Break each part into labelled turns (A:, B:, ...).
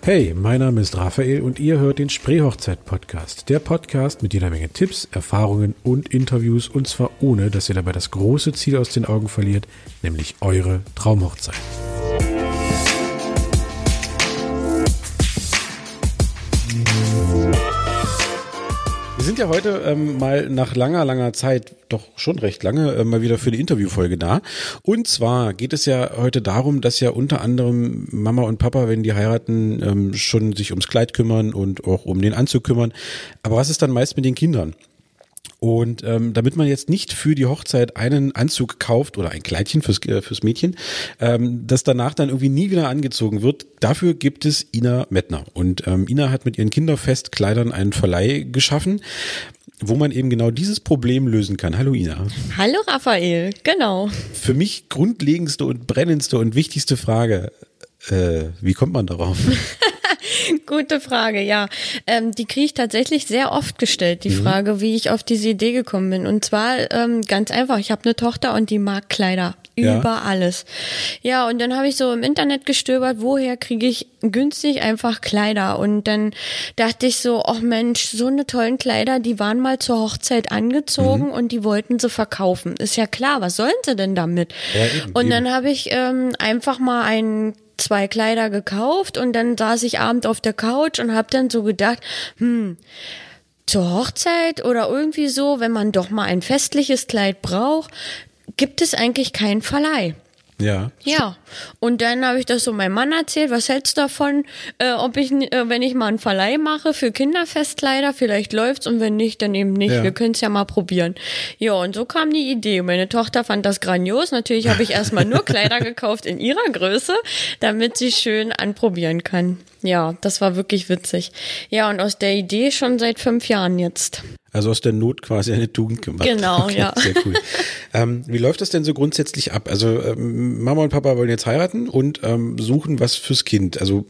A: Hey, mein Name ist Raphael und ihr hört den Spreehochzeit-Podcast. Der Podcast mit jeder Menge Tipps, Erfahrungen und Interviews, und zwar ohne, dass ihr dabei das große Ziel aus den Augen verliert, nämlich eure Traumhochzeit. Wir sind ja heute mal nach langer Zeit, doch schon recht lange, mal wieder für die Interviewfolge da. Und zwar geht es ja heute darum, dass ja unter anderem Mama und Papa, wenn die heiraten, schon sich ums Kleid kümmern und auch um den Anzug kümmern. Aber was ist dann meist mit den Kindern? Und damit man jetzt nicht für die Hochzeit einen Anzug kauft oder ein Kleidchen fürs Mädchen, das danach dann irgendwie nie wieder angezogen wird, dafür gibt es Ina Mettner. Und Ina hat mit ihren Kinderfestkleidern einen Verleih geschaffen, wo man eben genau dieses Problem lösen kann. Hallo Ina.
B: Hallo Raphael, genau.
A: Für mich grundlegendste und brennendste und wichtigste Frage, wie kommt man darauf?
B: Gute Frage, ja. Die kriege ich tatsächlich sehr oft gestellt, die Frage, wie ich auf diese Idee gekommen bin. Und zwar ganz einfach, ich habe eine Tochter und die mag Kleider. Über alles. Ja, und dann habe ich so im Internet gestöbert, woher kriege ich günstig einfach Kleider? Und dann dachte ich so, ach Mensch, so eine tollen Kleider, die waren mal zur Hochzeit angezogen und die wollten sie verkaufen. Ist ja klar, was sollen sie denn damit? Ja, eben. Dann habe ich einfach mal zwei Kleider gekauft und dann saß ich abends auf der Couch und habe dann so gedacht, zur Hochzeit oder irgendwie so, wenn man doch mal ein festliches Kleid braucht, gibt es eigentlich keinen Verleih.
A: Ja.
B: Ja, und dann habe ich das so meinem Mann erzählt, was hältst du davon, wenn ich mal einen Verleih mache für Kinderfestkleider, vielleicht läuft's und wenn nicht, dann eben nicht, wir können es ja mal probieren. Ja, und so kam die Idee. Meine Tochter fand das grandios, natürlich habe ich erstmal nur Kleider gekauft in ihrer Größe, damit sie schön anprobieren kann. Ja, das war wirklich witzig. Ja, und aus der Idee schon seit 5 Jahren jetzt.
A: Also aus der Not quasi eine Tugend gemacht.
B: Genau, okay, ja.
A: Sehr cool. Wie läuft das denn so grundsätzlich ab? Also Mama und Papa wollen jetzt heiraten und suchen was fürs Kind. Also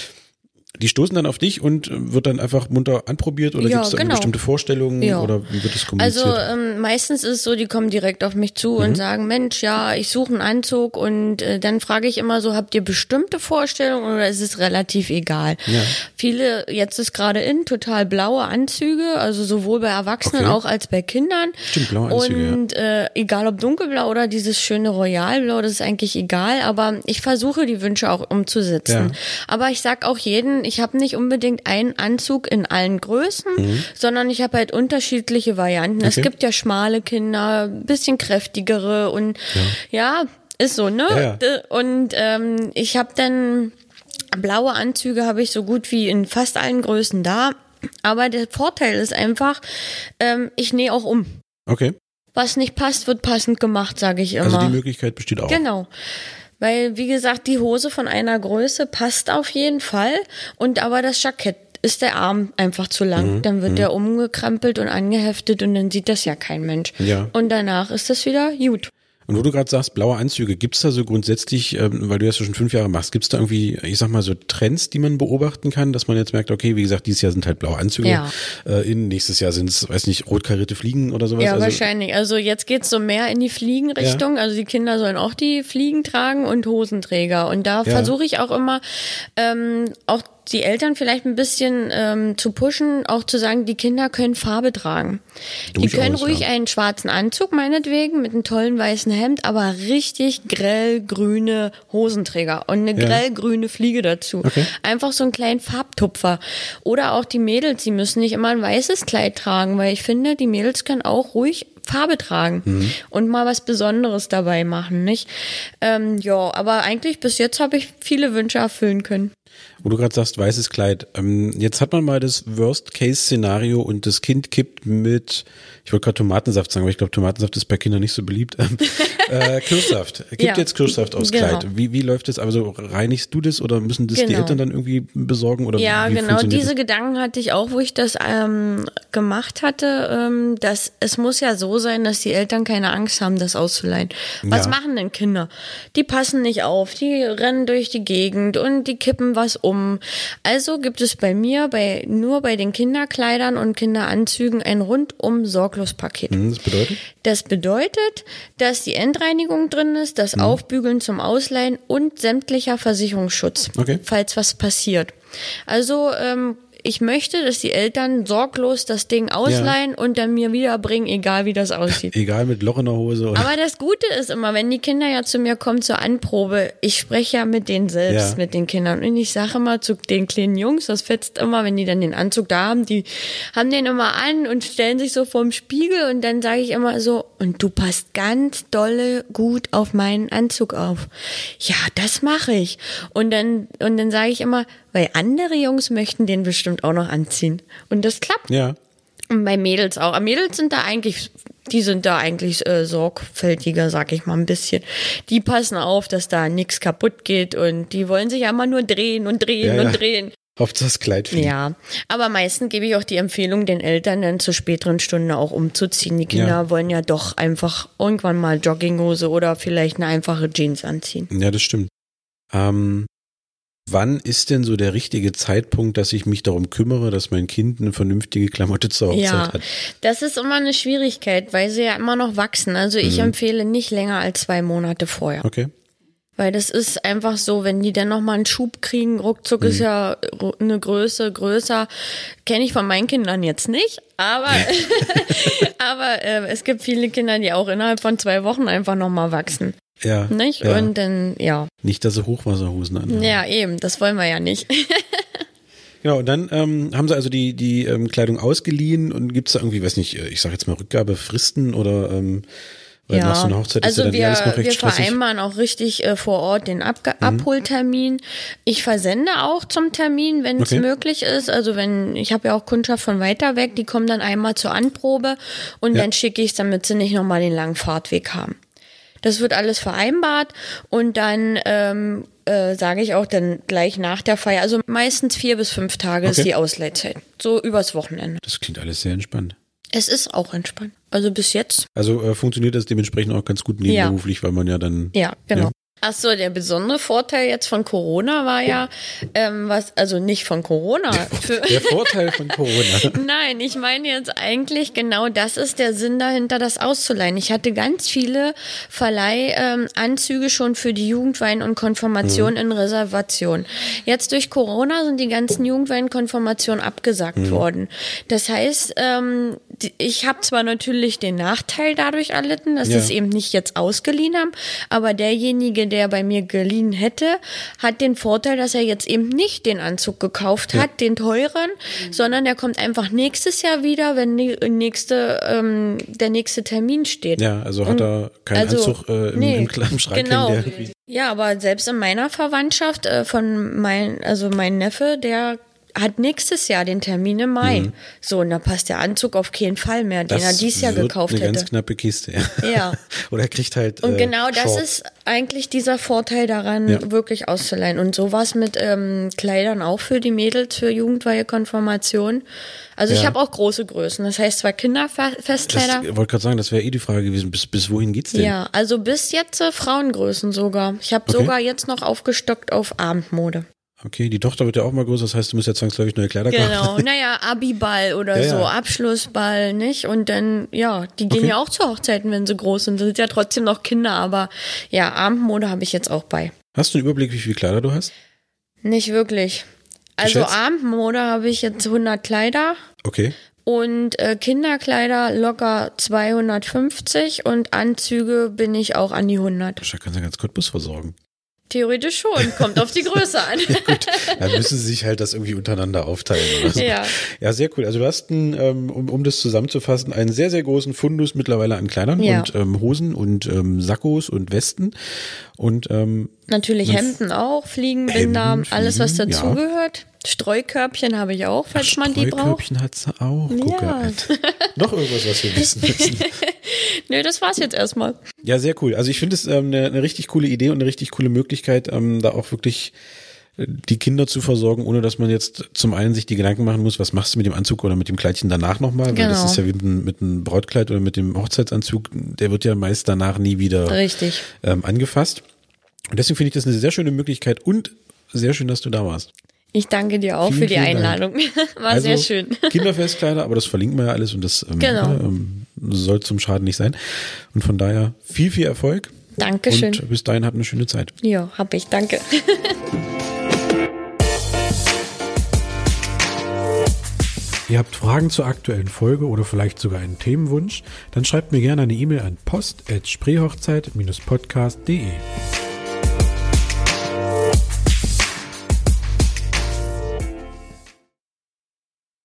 A: die stoßen dann auf dich und wird dann einfach munter anprobiert oder gibt es da bestimmte Vorstellungen oder wie wird das kommuniziert?
B: Also meistens ist es so, die kommen direkt auf mich zu und sagen, Mensch, ja, ich suche einen Anzug und dann frage ich immer so, habt ihr bestimmte Vorstellungen oder ist es relativ egal? Ja. Viele, jetzt ist gerade total blaue Anzüge, also sowohl bei Erwachsenen auch als bei Kindern.
A: Stimmt, blaue Anzüge,
B: und egal ob dunkelblau oder dieses schöne Royalblau, das ist eigentlich egal, aber ich versuche die Wünsche auch umzusetzen. Ja. Aber ich sag auch jedem, ich habe nicht unbedingt einen Anzug in allen Größen, sondern ich habe halt unterschiedliche Varianten. Okay. Es gibt ja schmale Kinder, bisschen kräftigere und ja ist so, ne? Ja. Und ich habe dann blaue Anzüge habe ich so gut wie in fast allen Größen da. Aber der Vorteil ist einfach, ich nähe auch um.
A: Okay.
B: Was nicht passt, wird passend gemacht, sage ich immer.
A: Also die Möglichkeit besteht auch.
B: Genau. Weil, wie gesagt, die Hose von einer Größe passt auf jeden Fall. Und aber das Jackett ist der Arm einfach zu lang. Dann wird der umgekrempelt und angeheftet und dann sieht das ja kein Mensch. Ja. Und danach ist das wieder gut.
A: Und wo du gerade sagst, blaue Anzüge, gibt's da so grundsätzlich, weil du das schon 5 Jahre machst, gibt's da irgendwie, ich sag mal, so Trends, die man beobachten kann, dass man jetzt merkt, okay, wie gesagt, dieses Jahr sind halt blaue Anzüge, nächstes Jahr sind es, weiß nicht, rot karierte Fliegen oder sowas?
B: Ja, wahrscheinlich. Also jetzt geht's so mehr in die Fliegenrichtung, also die Kinder sollen auch die Fliegen tragen und Hosenträger und da versuche ich auch immer, auch die Eltern vielleicht ein bisschen zu pushen, auch zu sagen, die Kinder können Farbe tragen. Die können ruhig einen schwarzen Anzug, meinetwegen, mit einem tollen weißen Hemd, aber richtig grell-grüne Hosenträger und eine grell-grüne Fliege dazu. Okay. Einfach so einen kleinen Farbtupfer. Oder auch die Mädels, die müssen nicht immer ein weißes Kleid tragen, weil ich finde, die Mädels können auch ruhig Farbe tragen und mal was Besonderes dabei machen, nicht? Aber eigentlich bis jetzt habe ich viele Wünsche erfüllen können.
A: Wo du gerade sagst, weißes Kleid. Jetzt hat man mal das Worst-Case-Szenario und das Kind kippt mit, ich wollte gerade Tomatensaft sagen, aber ich glaube, Tomatensaft ist bei Kindern nicht so beliebt. Kirschsaft. Kippt jetzt Kirschsaft aufs Kleid. Wie läuft das? Also reinigst du das oder müssen das die Eltern dann irgendwie besorgen? Oder
B: ja,
A: wie
B: genau. Diese Gedanken hatte ich auch, wo ich das gemacht hatte, dass es muss ja so sein, dass die Eltern keine Angst haben, das auszuleihen. Was machen denn Kinder? Die passen nicht auf, die rennen durch die Gegend und die kippen was um. Also gibt es bei mir nur bei den Kinderkleidern und Kinderanzügen ein rundum Sorglospaket.
A: Das bedeutet?
B: Das bedeutet, dass die Endreinigung drin ist, das Aufbügeln zum Ausleihen und sämtlicher Versicherungsschutz, falls was passiert. Also ich möchte, dass die Eltern sorglos das Ding ausleihen und dann mir wiederbringen, egal wie das aussieht.
A: Egal, mit Loch in der Hose. Oder?
B: Aber das Gute ist immer, wenn die Kinder ja zu mir kommen zur Anprobe, ich spreche ja mit denen selbst, mit den Kindern. Und ich sage immer zu den kleinen Jungs, das fetzt immer, wenn die dann den Anzug da haben, die haben den immer an und stellen sich so vorm Spiegel und dann sage ich immer so, und du passt ganz dolle gut auf meinen Anzug auf. Ja, das mache ich. Und dann sage ich immer, weil andere Jungs möchten den bestimmt auch noch anziehen. Und das klappt.
A: Ja.
B: Und bei Mädels auch. Aber Mädels sind da eigentlich sorgfältiger, sag ich mal ein bisschen. Die passen auf, dass da nichts kaputt geht und die wollen sich ja immer nur drehen und drehen und drehen.
A: Hauptsache das Kleid fliegt.
B: Ja, aber meistens gebe ich auch die Empfehlung den Eltern dann zur späteren Stunde auch umzuziehen. Die Kinder wollen ja doch einfach irgendwann mal Jogginghose oder vielleicht eine einfache Jeans anziehen.
A: Ja, das stimmt. Wann ist denn so der richtige Zeitpunkt, dass ich mich darum kümmere, dass mein Kind eine vernünftige Klamotte zur Hochzeit hat?
B: Das ist immer eine Schwierigkeit, weil sie ja immer noch wachsen. Also ich empfehle nicht länger als 2 Monate vorher.
A: Okay.
B: Weil das ist einfach so, wenn die dann nochmal einen Schub kriegen, ruckzuck ist ja eine Größe größer. Kenne ich von meinen Kindern jetzt nicht, aber, es gibt viele Kinder, die auch innerhalb von 2 Wochen einfach nochmal wachsen.
A: Ja.
B: Nicht?
A: Ja.
B: Und dann,
A: Nicht, dass sie Hochwasserhosen anhaben.
B: Ja, eben, das wollen wir ja nicht.
A: Genau, und dann haben sie also die Kleidung ausgeliehen und gibt es da irgendwie, weiß nicht, ich sag jetzt mal Rückgabefristen oder weil nach so einer Hochzeit ist ja dann alles noch recht stressig. Wir
B: vereinbaren auch richtig vor Ort den Abholtermin. Ich versende auch zum Termin, wenn es möglich ist. Also ich habe ja auch Kundschaft von weiter weg, die kommen dann einmal zur Anprobe und dann schicke ich es, damit sie nicht nochmal den langen Fahrtweg haben. Das wird alles vereinbart und dann sage ich auch dann gleich nach der Feier, also meistens 4 bis 5 Tage ist die Ausleihzeit, so übers Wochenende.
A: Das klingt alles sehr entspannt.
B: Es ist auch entspannt, also bis jetzt.
A: Also funktioniert das dementsprechend auch ganz gut nebenberuflich, weil man ja dann...
B: Ja, genau. Ja. Ach so, der besondere Vorteil jetzt von Corona war also nicht von Corona.
A: Der Vorteil von Corona.
B: Nein, ich meine jetzt eigentlich genau das ist der Sinn dahinter, das auszuleihen. Ich hatte ganz viele Verleihanzüge schon für die Jugendwein und Konfirmation in Reservation. Jetzt durch Corona sind die ganzen Jugendwein-Konfirmationen abgesagt worden. Das heißt, ich habe zwar natürlich den Nachteil dadurch erlitten, dass sie es eben nicht jetzt ausgeliehen haben, aber derjenige, der bei mir geliehen hätte, hat den Vorteil, dass er jetzt eben nicht den Anzug gekauft hat, den teuren, sondern der kommt einfach nächstes Jahr wieder, wenn der nächste Termin steht.
A: Ja, also hat er keinen Anzug im Schrank.
B: Genau. Ja, aber selbst in meiner Verwandtschaft mein Neffe, der hat nächstes Jahr den Termin im Mai. So, und da passt der Anzug auf keinen Fall mehr, den er dieses Jahr gekauft hätte.
A: Eine ganz knappe Kiste,
B: ja.
A: Oder er kriegt halt
B: und genau das
A: Shorts.
B: Ist eigentlich dieser Vorteil daran, wirklich auszuleihen. Und sowas mit Kleidern auch für die Mädels, für Jugendweihe, Konfirmation. Also ich habe auch große Größen. Das heißt zwar Kinderfestkleider.
A: Ich wollte gerade sagen, das wäre die Frage gewesen. Bis wohin geht's denn?
B: Ja, also bis jetzt Frauengrößen sogar. Ich habe sogar jetzt noch aufgestockt auf Abendmode.
A: Okay, die Tochter wird ja auch mal größer, das heißt, du musst ja zwangsläufig neue Kleider kaufen.
B: Genau, naja, Abiball oder so, Abschlussball, nicht? Und dann, die gehen ja auch zu Hochzeiten, wenn sie groß sind. Sind ja trotzdem noch Kinder, aber ja, Abendmode habe ich jetzt auch bei.
A: Hast du einen Überblick, wie viele Kleider du hast?
B: Nicht wirklich. Also
A: Geschätzt?
B: Abendmode habe ich jetzt 100 Kleider.
A: Okay.
B: Und Kinderkleider locker 250 und Anzüge bin ich auch an die 100.
A: Da kannst du ganz Cottbus versorgen.
B: Theoretisch schon, kommt auf die Größe an.
A: Ja, gut, dann müssen sie sich halt das irgendwie untereinander aufteilen oder so. Ja, sehr cool. Also du hast, um das zusammenzufassen, einen sehr, sehr großen Fundus mittlerweile an Kleidern und Hosen und Sakkos und Westen und
B: natürlich Hemden auch, Fliegenbinder, alles was dazugehört. Streukörbchen habe ich auch, falls man die braucht.
A: Streukörbchen hat sie auch. Ja. Noch irgendwas, was wir wissen müssen.
B: Nö, das war's jetzt erstmal. Ja,
A: sehr cool. Also ich finde es eine richtig coole Idee und eine richtig coole Möglichkeit, da auch wirklich die Kinder zu versorgen, ohne dass man jetzt zum einen sich die Gedanken machen muss, was machst du mit dem Anzug oder mit dem Kleidchen danach nochmal, weil das ist ja wie mit einem Brautkleid oder mit dem Hochzeitsanzug, der wird ja meist danach nie wieder angefasst. Und deswegen finde ich das eine sehr schöne Möglichkeit und sehr schön, dass du da warst.
B: Ich danke dir auch für die Einladung. War sehr schön.
A: Kinderfestkleider, aber das verlinken wir ja alles und das soll zum Schaden nicht sein. Und von daher viel, viel Erfolg.
B: Dankeschön.
A: Und bis dahin habt eine schöne Zeit.
B: Ja, hab ich. Danke.
A: Ihr habt Fragen zur aktuellen Folge oder vielleicht sogar einen Themenwunsch? Dann schreibt mir gerne eine E-Mail an post@spreehochzeit-podcast.de.